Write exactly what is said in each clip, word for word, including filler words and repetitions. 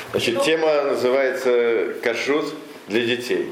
Значит, тема называется «Кашрут для детей».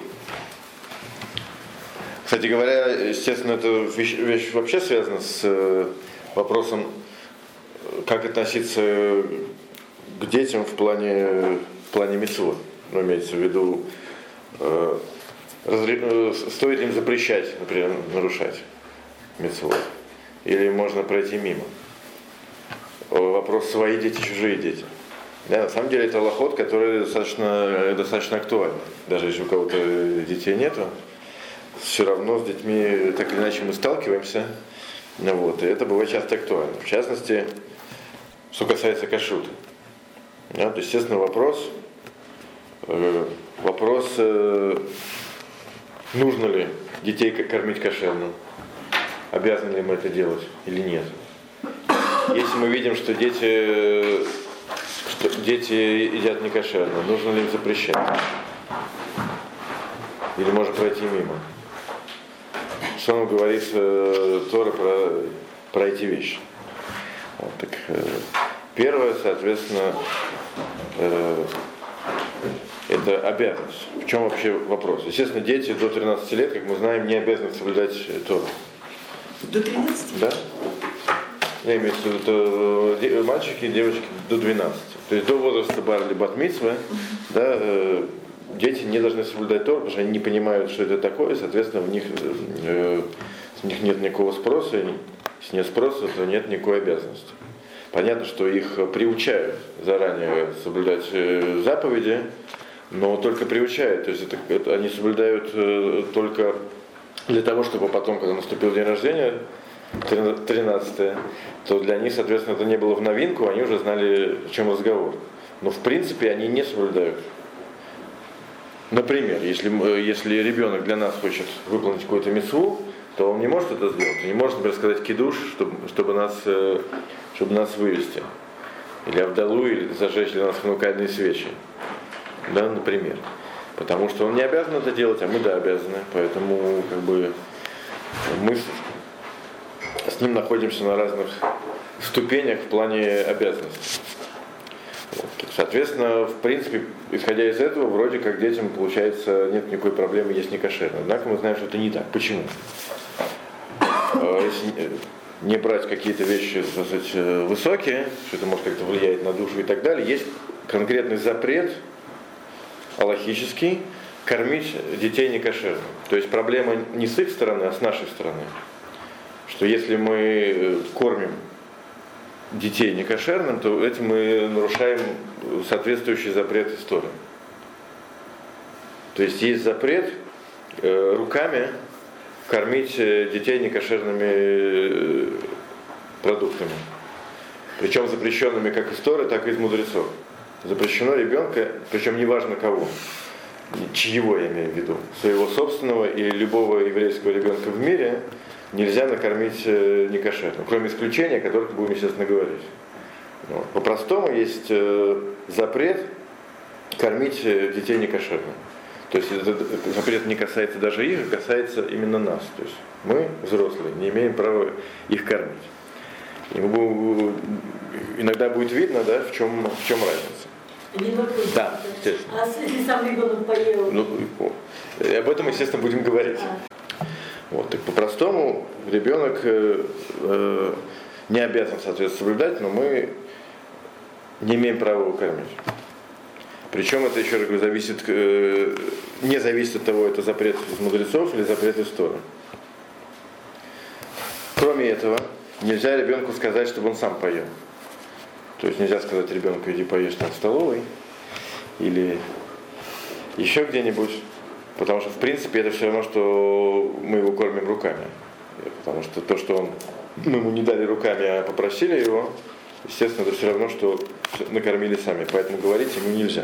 Кстати говоря, естественно, эта вещь, вещь вообще связана с вопросом, как относиться к детям в плане, в плане мицвот. Ну, имеется в виду, э, разре, стоит им запрещать, например, нарушать мицвот, или можно пройти мимо. Вопрос свои дети, чужие дети. Да, на самом деле это алахот, который достаточно, достаточно актуален. Даже если у кого-то детей нету, все равно с детьми так или иначе мы сталкиваемся. Вот, и это бывает часто актуально. В частности, что касается кашрута. Да, то, естественно, вопрос, э, вопрос э, нужно ли детей кормить кошерно, обязаны ли мы это делать или нет. Если мы видим, что дети, что дети едят некошерно, нужно ли им запрещать? Или можно пройти мимо? Что нам говорит э, Тора про, про эти вещи? Вот, так, э, первое, соответственно, э, это обязанность. В чем вообще вопрос? Естественно, дети до тринадцати лет, как мы знаем, не обязаны соблюдать Тору. До тринадцати? Да. Я имею в виду, это мальчики и девочки до двенадцати. То есть до возраста бар или бат-мицвы, да, э, дети не должны соблюдать Тору, потому что они не понимают, что это такое, соответственно, в них, э, у них нет никакого спроса, если нет спроса, то нет никакой обязанности. Понятно, что их приучают заранее соблюдать э, заповеди, но только приучают, то есть это, это они соблюдают э, только для того, чтобы потом, когда наступил день рождения, тринадцатое, то для них, соответственно, это не было в новинку, они уже знали, о чем разговор. Но в принципе они не соблюдают. Например, если, если ребенок для нас хочет выполнить какую-то мицву, то он не может это сделать. Он не может, например, сказать кидуш, чтобы, чтобы, нас, чтобы нас вывести. Или авдалу, или зажечь для нас ханукальные свечи. Да, например. Потому что он не обязан это делать, а мы, да, обязаны. Поэтому как бы мы с ним находимся на разных ступенях в плане обязанностей. Вот. Соответственно, в принципе, исходя из этого, вроде как детям, получается, нет никакой проблемы есть некошерно. Однако мы знаем, что это не так. Почему? Если не брать какие-то вещи, так сказать, высокие, что это может как-то влиять на душу и так далее, есть конкретный запрет алахический кормить детей некошерно. То есть проблема не с их стороны, а с нашей стороны. Что если мы кормим детей некошерным, то этим мы нарушаем соответствующий запрет из Торы. То есть есть запрет э, руками кормить детей некошерными продуктами. Причем запрещенными как из Торы, так и из мудрецов. Запрещено ребенка, причем неважно кого, чьего я имею в виду, своего собственного или любого еврейского ребенка в мире, нельзя накормить э, некошерно, кроме исключения, о которых будем, естественно, говорить. Вот. По-простому есть э, запрет кормить детей некошерно. То есть этот запрет не касается даже их, а касается именно нас. То есть мы, взрослые, не имеем права их кормить. И мы будем, иногда будет видно, да, в чем, в чем разница. Не вопрос. Да, естественно. А если сам ребенок поел? Ну, об этом, естественно, будем говорить. А. Вот, так по-простому ребенок э, э, не обязан, соответственно, соблюдать, но мы не имеем права его кормить. Причем это, еще раз говорю, зависит, э, не зависит от того, это запрет из мудрецов или запрет из Торы. Кроме этого, нельзя ребенку сказать, чтобы он сам поел. То есть нельзя сказать ребенку, иди поешь там в столовой или еще где-нибудь. Потому что, в принципе, это все равно, что мы его кормим руками. Потому что то, что он, мы ему не дали руками, а попросили его, естественно, это все равно, что накормили сами. Поэтому говорить ему нельзя.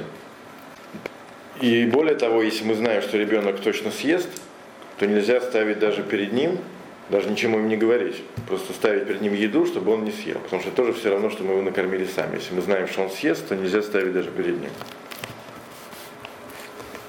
И более того, если мы знаем, что ребенок точно съест, то нельзя ставить даже перед ним, даже ничему им не говорить. Просто ставить перед ним еду, чтобы он не съел. Потому что это тоже все равно, что мы его накормили сами. Если мы знаем, что он съест, то нельзя ставить даже перед ним.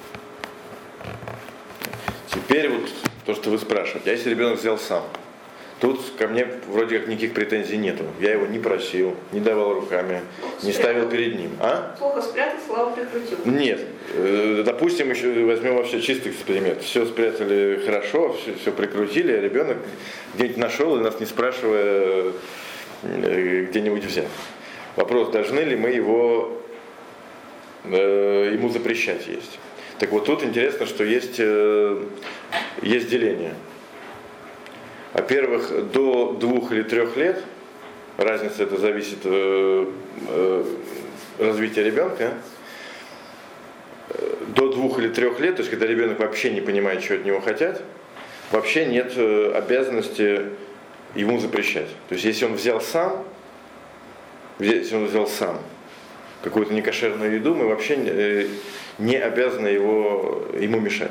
Теперь вот то, что вы спрашиваете. А если ребенок взял сам? Тут ко мне вроде как никаких претензий нету. Я его не просил, не давал руками, не ставил перед ним. А? Плохо спрятал, слава прикрутил. Нет. Допустим, еще возьмем вообще чистый эксперимент. Все спрятали хорошо, все, все прикрутили, а ребенок где-нибудь нашел и нас не спрашивая где-нибудь взял. Вопрос, должны ли мы его э, ему запрещать есть. Так вот тут интересно, что есть, э, есть деление. Во-первых, до двух или трех лет, разница это зависит от э, э, развития ребенка, до двух или трех лет, то есть когда ребенок вообще не понимает, что от него хотят, вообще нет обязанности ему запрещать. То есть если он взял сам, если он взял сам какую-то некошерную еду, мы вообще не обязаны его, ему мешать.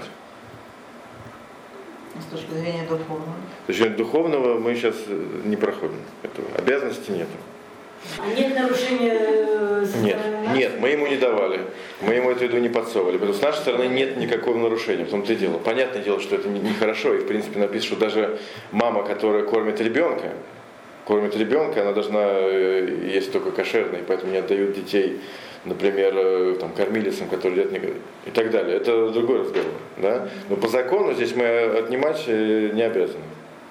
С точки зрения духовного. С точки зрения духовного мы сейчас не проходим этого. Обязанности нету. А нет нарушения? Нет, нет, мы ему не давали. Мы ему эту еду не подсовывали. Потому что с нашей стороны нет никакого нарушения. В том-то и дело. Понятное дело, что это нехорошо. И в принципе написано, что даже мама, которая кормит ребенка, кормит ребенка, она должна есть только кошерное, поэтому не отдают детей, например, там, кормилицам, которые едят и так далее. Это другой разговор. Да? Но по закону здесь мы отнимать не обязаны.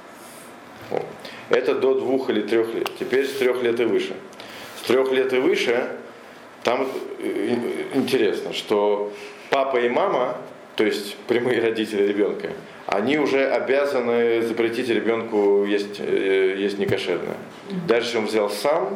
Это до двух или трех лет. Теперь с трех лет и выше. С трех лет и выше, там интересно, что папа и мама, то есть прямые родители ребенка, они уже обязаны запретить ребенку есть, есть некошерное. Даже если он взял сам,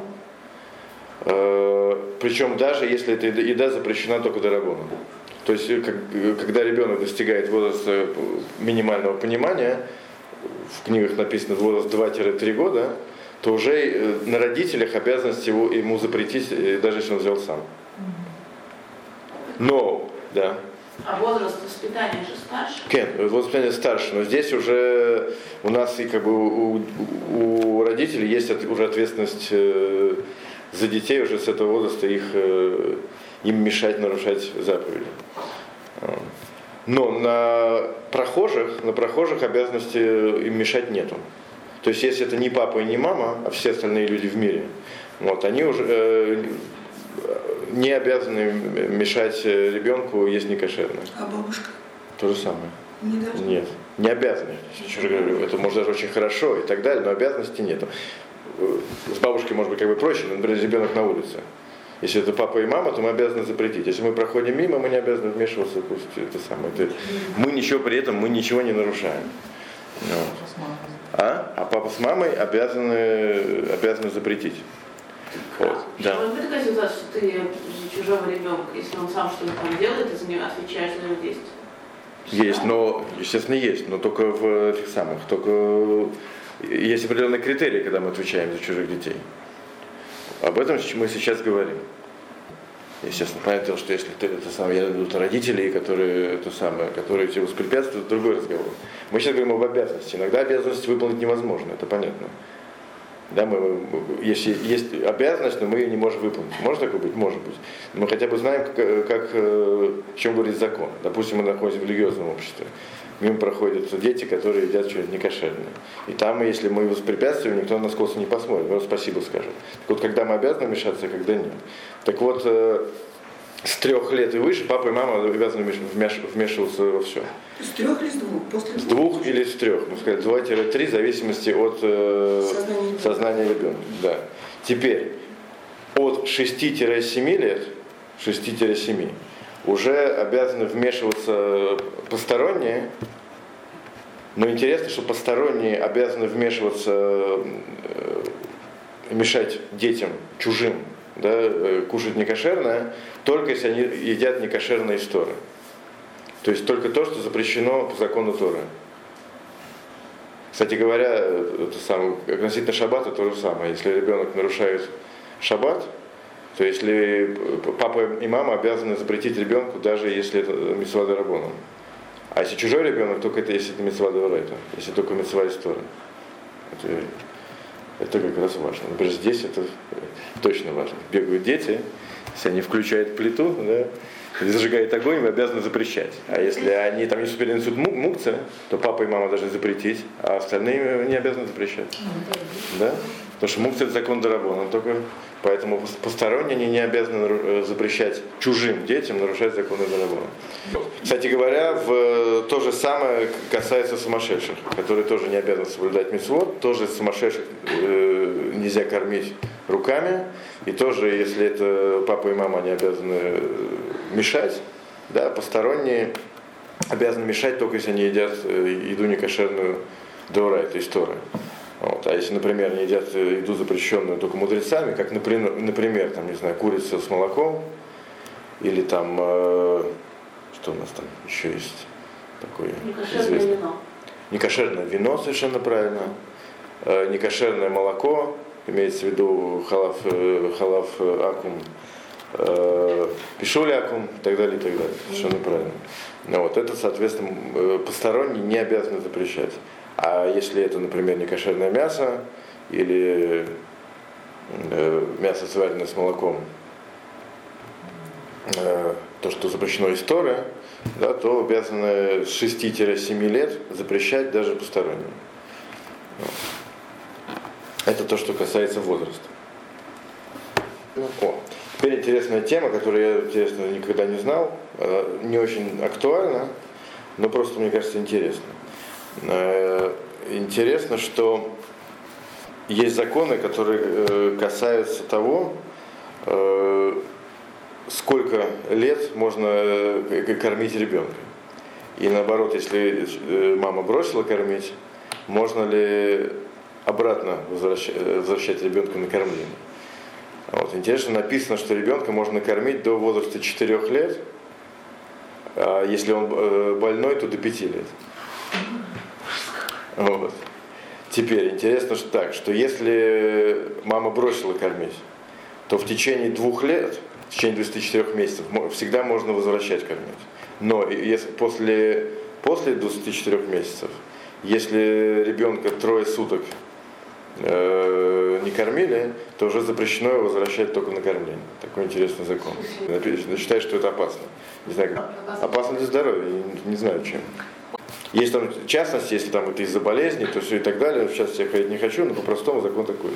э, причем даже если эта еда запрещена только дарабоном. То есть, как, когда ребенок достигает возраста минимального понимания, в книгах написано возраст два-три года, то уже на родителях обязанность его, ему запретить, даже если он взял сам. Но, да. А возраст воспитания же старше? Кен, возраст воспитания старше, но здесь уже у нас и как бы у, у родителей есть от, уже ответственность э, за детей уже с этого возраста их, э, им мешать, нарушать заповеди. Но на прохожих, на прохожих обязанности им мешать нету. То есть если это не папа и не мама, а все остальные люди в мире, вот, они уже э, не обязаны мешать ребенку есть некошерное. А бабушка? То же самое. Не должна? Нет, не обязаны. Я говорю, это может даже очень хорошо и так далее, но обязанности нету. С бабушкой может быть как бы проще, но, например, ребенок на улице. Если это папа и мама, то мы обязаны запретить. Если мы проходим мимо, мы не обязаны вмешиваться, пусть это самое. Это, мы ничего при этом, мы ничего не нарушаем. Вот. А? а папа с мамой обязаны, обязаны запретить. Вот. Да. Может быть такая ситуация, что ты за чужого ребенка, если он сам что-то там делает, ты за него отвечаешь за его действия? Есть, но, естественно, есть, но только в этих самых, только есть определенные критерии, когда мы отвечаем за чужих детей. Об этом мы сейчас говорим. Естественно, понятно, что если ты это самое, я идут родители, которые это самое, которые тебе воспрепятствуют, это другой разговор. Мы сейчас говорим об обязанности. Иногда обязанность выполнить невозможно, это понятно. Да, мы, если есть обязанность, но мы ее не можем выполнить. Может такое быть? Может быть. Но мы хотя бы знаем, как, как, о чем говорит закон. Допустим, мы находимся в религиозном обществе. Мимо проходят дети, которые едят что-нибудь некошерное. И там, если мы воспрепятствуем, никто на нас косо не посмотрит, мы спасибо скажем. Так вот, когда мы обязаны вмешаться, а когда нет. Так вот, с трех лет и выше папа и мама обязаны вмешиваться во все. С трех или с двух? После с двух или с трех. Мы сказали, два-три в зависимости от э, сознания, сознания ребенка. Да. Теперь, от шести-семи лет, шести-семи, уже обязаны вмешиваться посторонние, но интересно, что посторонние обязаны вмешиваться, э, мешать детям, чужим, да, э, кушать некошерное, только если они едят некошерные из Торы. То есть только то, что запрещено по закону Торы. Кстати говоря, это самое, относительно шаббата то же самое. Если ребенок нарушает шаббат, то если папа и мама обязаны запретить ребенку, даже если это мицва д'раббанан. А если чужой ребенок, только это если это мицва д'орайта, если только мицва из Торы. Это, это как раз важно. Например, здесь это точно важно. Бегают дети, Если они включают плиту, да, или зажигают огонь, вы обязаны запрещать. А если они там не перенесут мукцы, то папа и мама должны запретить, а остальные не обязаны запрещать. Да? Потому что мукцы — это закон дарабонан только. Поэтому посторонние они не обязаны запрещать чужим детям нарушать законы дарабонан. Кстати говоря, в, то же самое касается сумасшедших, которые тоже не обязаны соблюдать мицвот. Тоже сумасшедших э, нельзя кормить руками. И тоже, если это папа и мама, не обязаны мешать. Да, посторонние обязаны мешать только если они едят еду некошерную деорайт, то есть Торы. Вот. А если, например, они едят еду, запрещенную только мудрецами, как, например, например там, не знаю, курица с молоком, или там, э, что у нас там еще есть такое известное? Вино. Некошерное вино, совершенно правильно. Э, некошерное молоко, имеется в виду халав, э, халав э, акум, э, пишули акум, и так далее, и так далее. Совершенно правильно. Ну, вот, это, соответственно, э, посторонние не обязаны запрещать. А если это, например, некошерное мясо или э, мясо, сваренное с молоком, э, то, что запрещено из Торы, да, то обязаны с шести-семи лет запрещать даже посторонним. Вот. Это то, что касается возраста. О, теперь интересная тема, которую я, честно, никогда не знал, она не очень актуальна, но просто, мне кажется, интересна. Интересно, что есть законы, которые касаются того, сколько лет можно кормить ребенка. И наоборот, если мама бросила кормить, можно ли обратно возвращать, возвращать ребенка на кормление. Вот. Интересно, написано, что ребенка можно кормить до возраста четырёх лет, а если он больной, то до пяти лет. Вот. Теперь интересно, что так, что если мама бросила кормить, то в течение двух лет, в течение двадцати четырёх месяцев, всегда можно возвращать кормить. Но если после, после двадцати четырёх месяцев, если ребенка трое суток э, не кормили, то уже запрещено его возвращать только на кормление. Такой интересный закон. Я считаю, что это опасно. Не знаю, опасно для здоровья, не, не знаю чем. Есть там, в частности, если там это из-за болезни, то все и так далее, сейчас я ходить не хочу, но по-простому закон такой.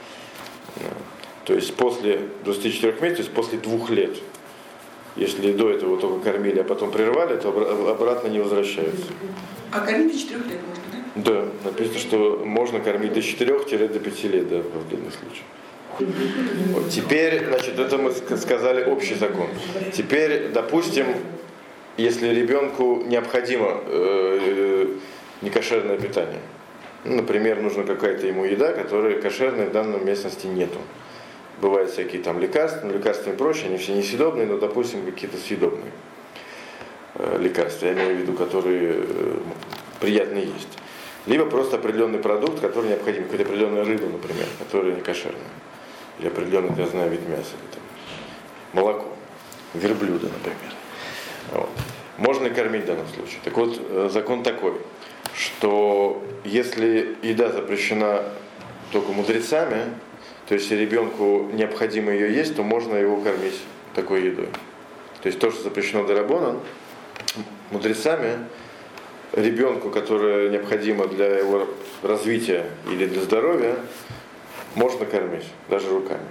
То есть после двадцати четырёх месяцев, после двух лет, если до этого только кормили, а потом прервали, то обратно не возвращаются. А кормить до четырёх лет можно, да? Да, написано, что можно кормить до четырёх-до пяти лет, да, в отдельных случаях. Вот, теперь, значит, это мы сказали общий закон. Теперь, допустим, если ребенку необходимо э, некошерное питание, ну, например, нужна какая-то ему еда, которая кошерной в данной местности нету. Бывают всякие там лекарства, но лекарства проще, они все несъедобные, но, допустим, какие-то съедобные э, лекарства, я имею в виду, которые э, приятные есть. Либо просто определенный продукт, который необходим, какая-то определенная рыба, например, которая не кошерная. Или определенный, я знаю, вид мяса. Или, там, молоко, верблюда, например. Вот. Можно и кормить в данном случае. Так вот, закон такой, что если еда запрещена только мудрецами, то есть если ребенку необходимо ее есть, то можно его кормить такой едой. То есть то, что запрещено дарабонан, мудрецами, ребенку, которое необходимо для его развития или для здоровья, можно кормить, даже руками.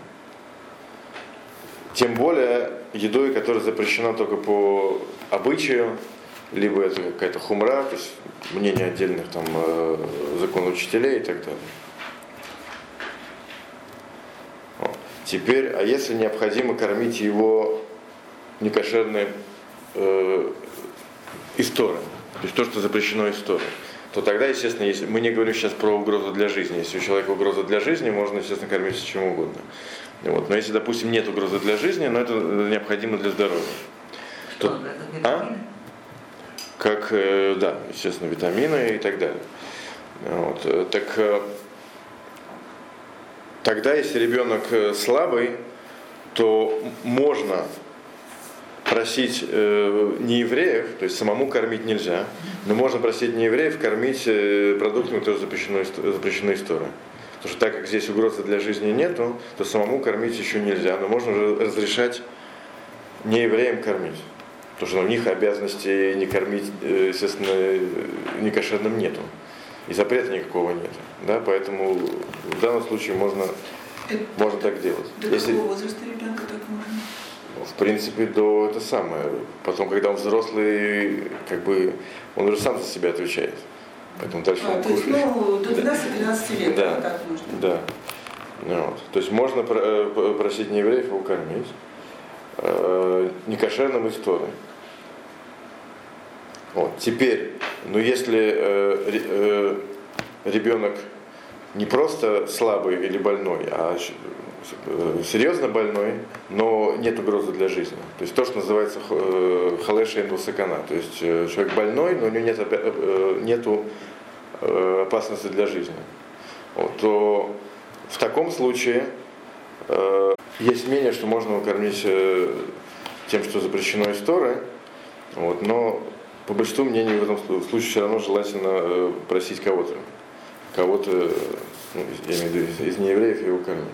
Тем более едой, которая запрещена только по обычаю, либо это какая-то хумра, то есть мнение отдельных там э, законоучителей и так далее. Вот. Теперь, а если необходимо кормить его некошерной э, из Торы, то есть то, что запрещено из Торы, то тогда, естественно, если мы не говорим сейчас про угрозу для жизни. Если у человека угроза для жизни, можно, естественно, кормить чем угодно. Вот. Но если, допустим, нет угрозы для жизни, но это необходимо для здоровья. Что, то, это витамины? А? Как, э, да, естественно, витамины и так далее. Вот. Так, э, тогда, если ребенок слабый, то можно просить э, неевреев, то есть самому кормить нельзя, но можно просить неевреев кормить э, продуктами, которые запрещены, запрещены из Торы. Потому что так как здесь угрозы для жизни нету, то самому кормить еще нельзя. Но можно разрешать неевреям кормить. Потому что у них обязанности не кормить, естественно, некошерным нету. И запрета никакого нет. Да? Поэтому в данном случае можно, это, можно так делать. До Если, какого возраста ребенка так можно? В принципе, до это самое. Потом, когда он взрослый, как бы он уже сам за себя отвечает. Поэтому дальше а, он то есть, ну, до двенадцати-тринадцати лет, да. так можно. Да. Вот. То есть можно просить неевреев его кормить э, некошерным из Торы. Вот. Теперь, ну если э, э, ребенок не просто слабый или больной, а э, серьезно больной, но нет угрозы для жизни. То есть то, что называется э, халеш эйн вусакана. То есть э, человек больной, но у него нет э, нету, э, опасности для жизни. Вот, то в таком случае э, есть мнение, что можно его кормить э, тем, что запрещено из Торы, вот, но по большинству мнений в этом случае все равно желательно э, просить кого-то, кого-то, ну, я имею в виду, из, из неевреев его кормить.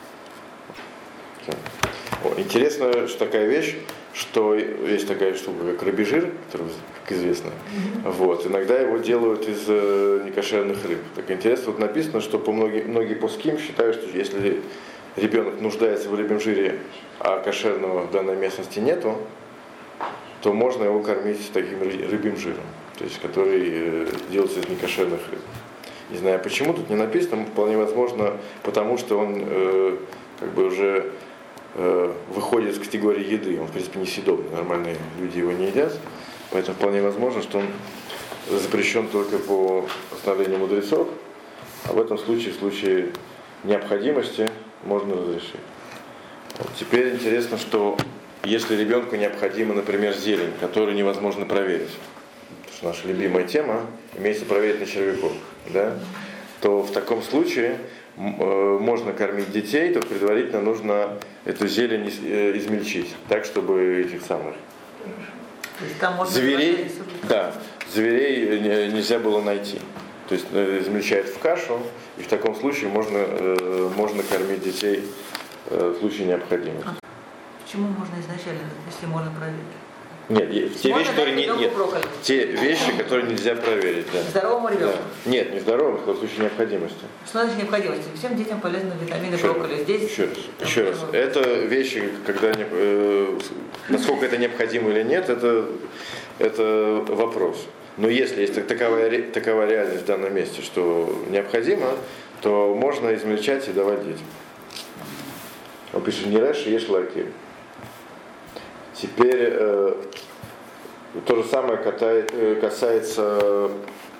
О, интересно, что такая вещь, что есть такая штука, как рыбий-жир, который, как известно. Mm-hmm. Вот, иногда его делают из э, некошерных рыб. Так интересно, вот написано, что по многие, многие пуским считают, что если ребенок нуждается в рыбьем жире, а кошерного в данной местности нету, то можно его кормить таким рыбьим жиром, то есть который э, делается из некошерных рыб. Не знаю почему, тут не написано, вполне возможно, потому что он э, как бы уже э, выходит из категории еды, он в принципе несъедобный, нормальные люди его не едят, поэтому вполне возможно, что он запрещен только по постановлению мудрецов, а в этом случае, в случае необходимости, можно разрешить. Вот. Теперь интересно, что если ребенку необходима, например, зелень, которую невозможно проверить, потому что наша любимая тема, имеется проверить на червяков, да, то в таком случае э, можно кормить детей, то предварительно нужно эту зелень из, э, измельчить, так, чтобы этих самых зверей, да, зверей не, нельзя было найти. То есть э, измельчает в кашу, и в таком случае можно, э, можно кормить детей э, в случае необходимости. Почему можно изначально, если можно проверить? Нет, те вещи, которые не, нет, те вещи, которые нельзя проверить. Да. Здоровому ребенку? Да. Нет, не здоровому, в случае необходимости. Что значит необходимости? Всем детям полезны витамины еще брокколи. Здесь... Еще раз. Еще раз. Это вещи, когда э, насколько это необходимо или нет, это, это вопрос. Но если есть таковая, такова реальность в данном месте, что необходимо, то можно измельчать и давать детям. Он пишет, не рэш, ешь лаки. Теперь э, то же самое касается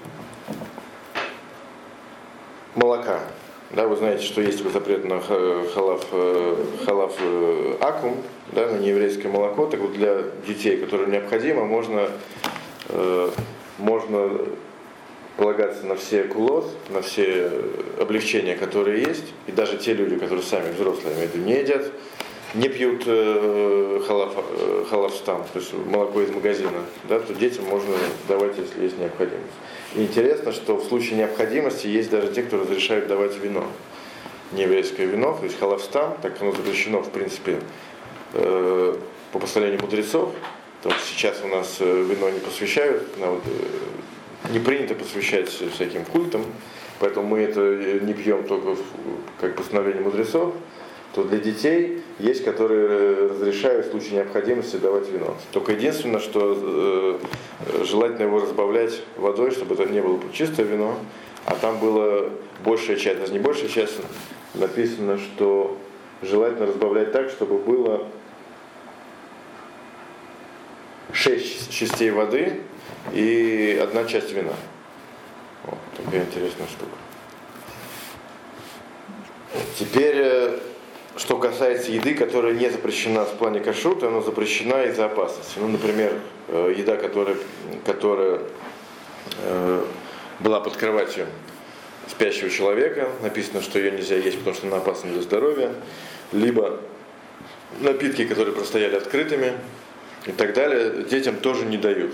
молока. Да, вы знаете, что есть запрет на халав, халав акум, да, на нееврейское молоко. Так вот для детей, которым необходимо, можно, э, можно полагаться на все кулот, на все облегчения, которые есть. И даже те люди, которые сами взрослые, не едят, не пьют э, халав, э, халавстам, то есть молоко из магазина, да, то детям можно давать, если есть необходимость. И интересно, что в случае необходимости есть даже те, кто разрешают давать вино, нееврейское вино, то есть халавстам, так как оно запрещено в принципе э, по постановлению мудрецов, потому что сейчас у нас вино не посвящают, э, не принято посвящать всяким культам, поэтому мы это не пьем только в, как постановление мудрецов. То для детей есть, которые разрешают в случае необходимости давать вино. Только единственное, что э, желательно его разбавлять водой, чтобы это не было чистое вино, а там была большая часть, даже не большая часть, написано, что желательно разбавлять так, чтобы было шесть частей воды и одна часть вина. Вот, такая интересная штука. Теперь, что касается еды, которая не запрещена в плане кашрута, она запрещена из-за опасности. Ну, например, еда, которая, которая э, была под кроватью спящего человека, написано, что ее нельзя есть, потому что она опасна для здоровья, либо напитки, которые простояли открытыми и так далее, детям тоже не дают.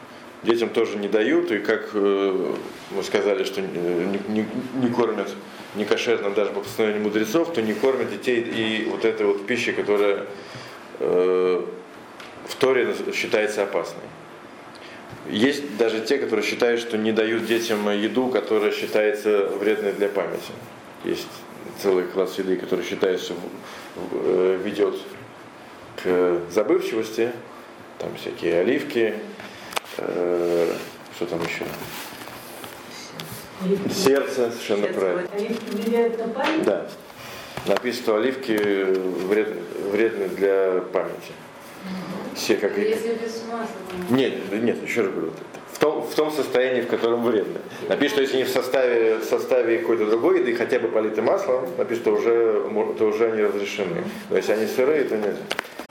Детям тоже не дают, и как э, мы сказали, что не, не, не кормят некошерным даже по постановлению мудрецов, то не кормят детей и вот этой вот пищей, которая э, в Торе считается опасной. Есть даже те, которые считают, что не дают детям еду, которая считается вредной для памяти. Есть целый класс еды, который считается, ведет к забывчивости. Там всякие оливки, э, что там еще? Оливки. Сердце, совершенно Сердце. правильно. Оливки влияют на память? Да. Написано, что оливки вредны, вредны для памяти. Все как и... Если без масла. Нет, нет, еще раз говорю. В том, в том состоянии, в котором вредны. Напишет, что если не в составе, в составе какой-то другой еды, хотя бы политы маслом, напишет, что уже, то уже они разрешены. Но если они сырые, то нельзя.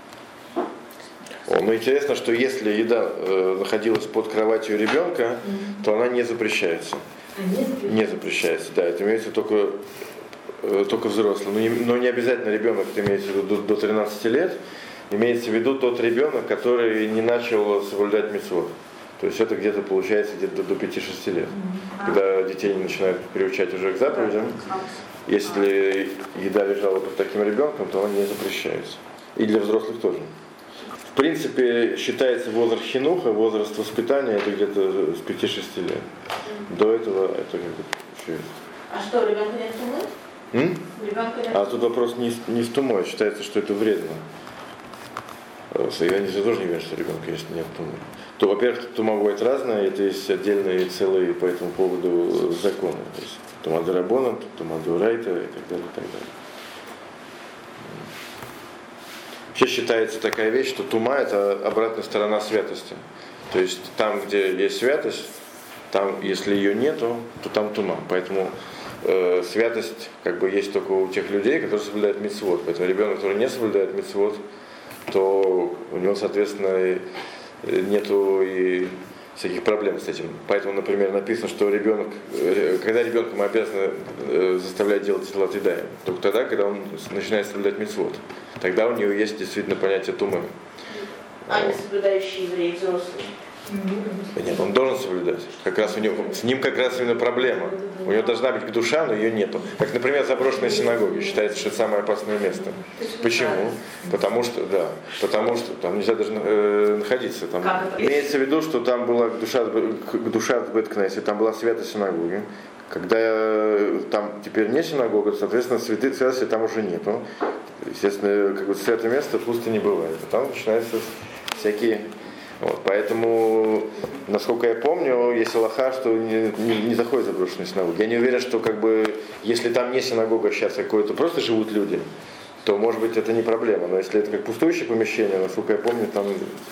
О, ну интересно, что если еда э, находилась под кроватью ребенка, mm-hmm. то она не запрещается. А не запрещается? Не запрещается, да. Это имеется только, э, только взрослым. Но не, но не обязательно ребенок, это имеется в виду до, до тринадцати лет. Имеется в виду тот ребенок, который не начал соблюдать мицвот. То есть это где-то получается где-то до пяти-шести лет. Mm-hmm. Когда детей начинают приучать уже к заповедям. Если еда лежала под таким ребенком, то она не запрещается. И для взрослых тоже. В принципе, считается возраст хинуха, возраст воспитания, это где-то с пяти-шести лет. До этого это как-то еще... А что, ребенка нет тумы? М? Ребенка нет А тут вопрос не, не в тумой, считается, что это вредно. Я не тоже не верю, что ребенка есть нет тумы. То, во-первых, тума бывает разная, это есть отдельные целые по этому поводу законы. То есть тума дерабона, тума дурайта и так далее, и так далее. Вообще считается такая вещь, что тума – это обратная сторона святости. То есть там, где есть святость, там, если ее нету, то там тума. Поэтому э, святость как бы есть только у тех людей, которые соблюдают мицвот. Поэтому ребенок, который не соблюдает мицвот, то у него, соответственно, нету и всяких проблем с этим. Поэтому, например, написано, что ребенок, когда ребенка мы обязаны заставлять делать тилат ядаим, только тогда, когда он начинает соблюдать мицвот. Тогда у него есть действительно понятие тумы. А не соблюдающие евреи взрослые? Нет, он должен соблюдать. Как раз у него, с ним как раз именно проблема. У него должна быть душа, но ее нету. Как, например, заброшенная синагога. Считается, что это самое опасное место. Почему? Потому что, да, потому что там нельзя даже э, находиться. Там. Имеется в виду, что там была душа, душа Бет-Кнессе, там была святая синагога. Когда э, там теперь не синагога, соответственно, святы, святости там уже нету. Естественно, как бы святое место пусто не бывает. А там начинаются всякие... Вот, поэтому, насколько я помню, есть алаха, что не, не, не заходит в заброшенную синагогу. Я не уверен, что как бы, если там не синагога, сейчас какое-то просто живут люди, то, может быть, это не проблема. Но если это как пустующее помещение, насколько я помню, там...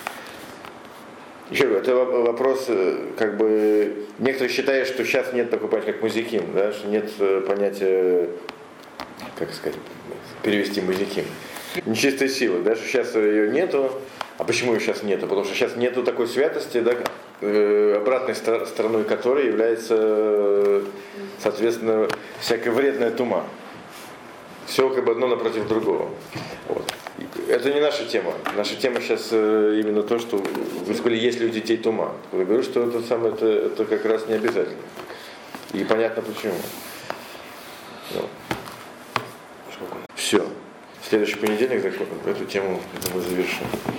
Еще это вопрос, как бы, некоторые считают, что сейчас нет такого понятия, как музиким, да, что нет понятия, как сказать, перевести музиким. Нечистой силы, да, что сейчас ее нету. А почему ее сейчас нету? Потому что сейчас нету такой святости, да, э, обратной стор- стороной которой является, э, соответственно, всякая вредная тума. Все как бы одно напротив другого. Вот. Это не наша тема. Наша тема сейчас э, именно то, что вы сказали, есть ли у детей тума. Я говорю, что это, самое, это, это как раз не обязательно. И понятно почему. Вот. Все. В следующий понедельник эту тему мы завершим.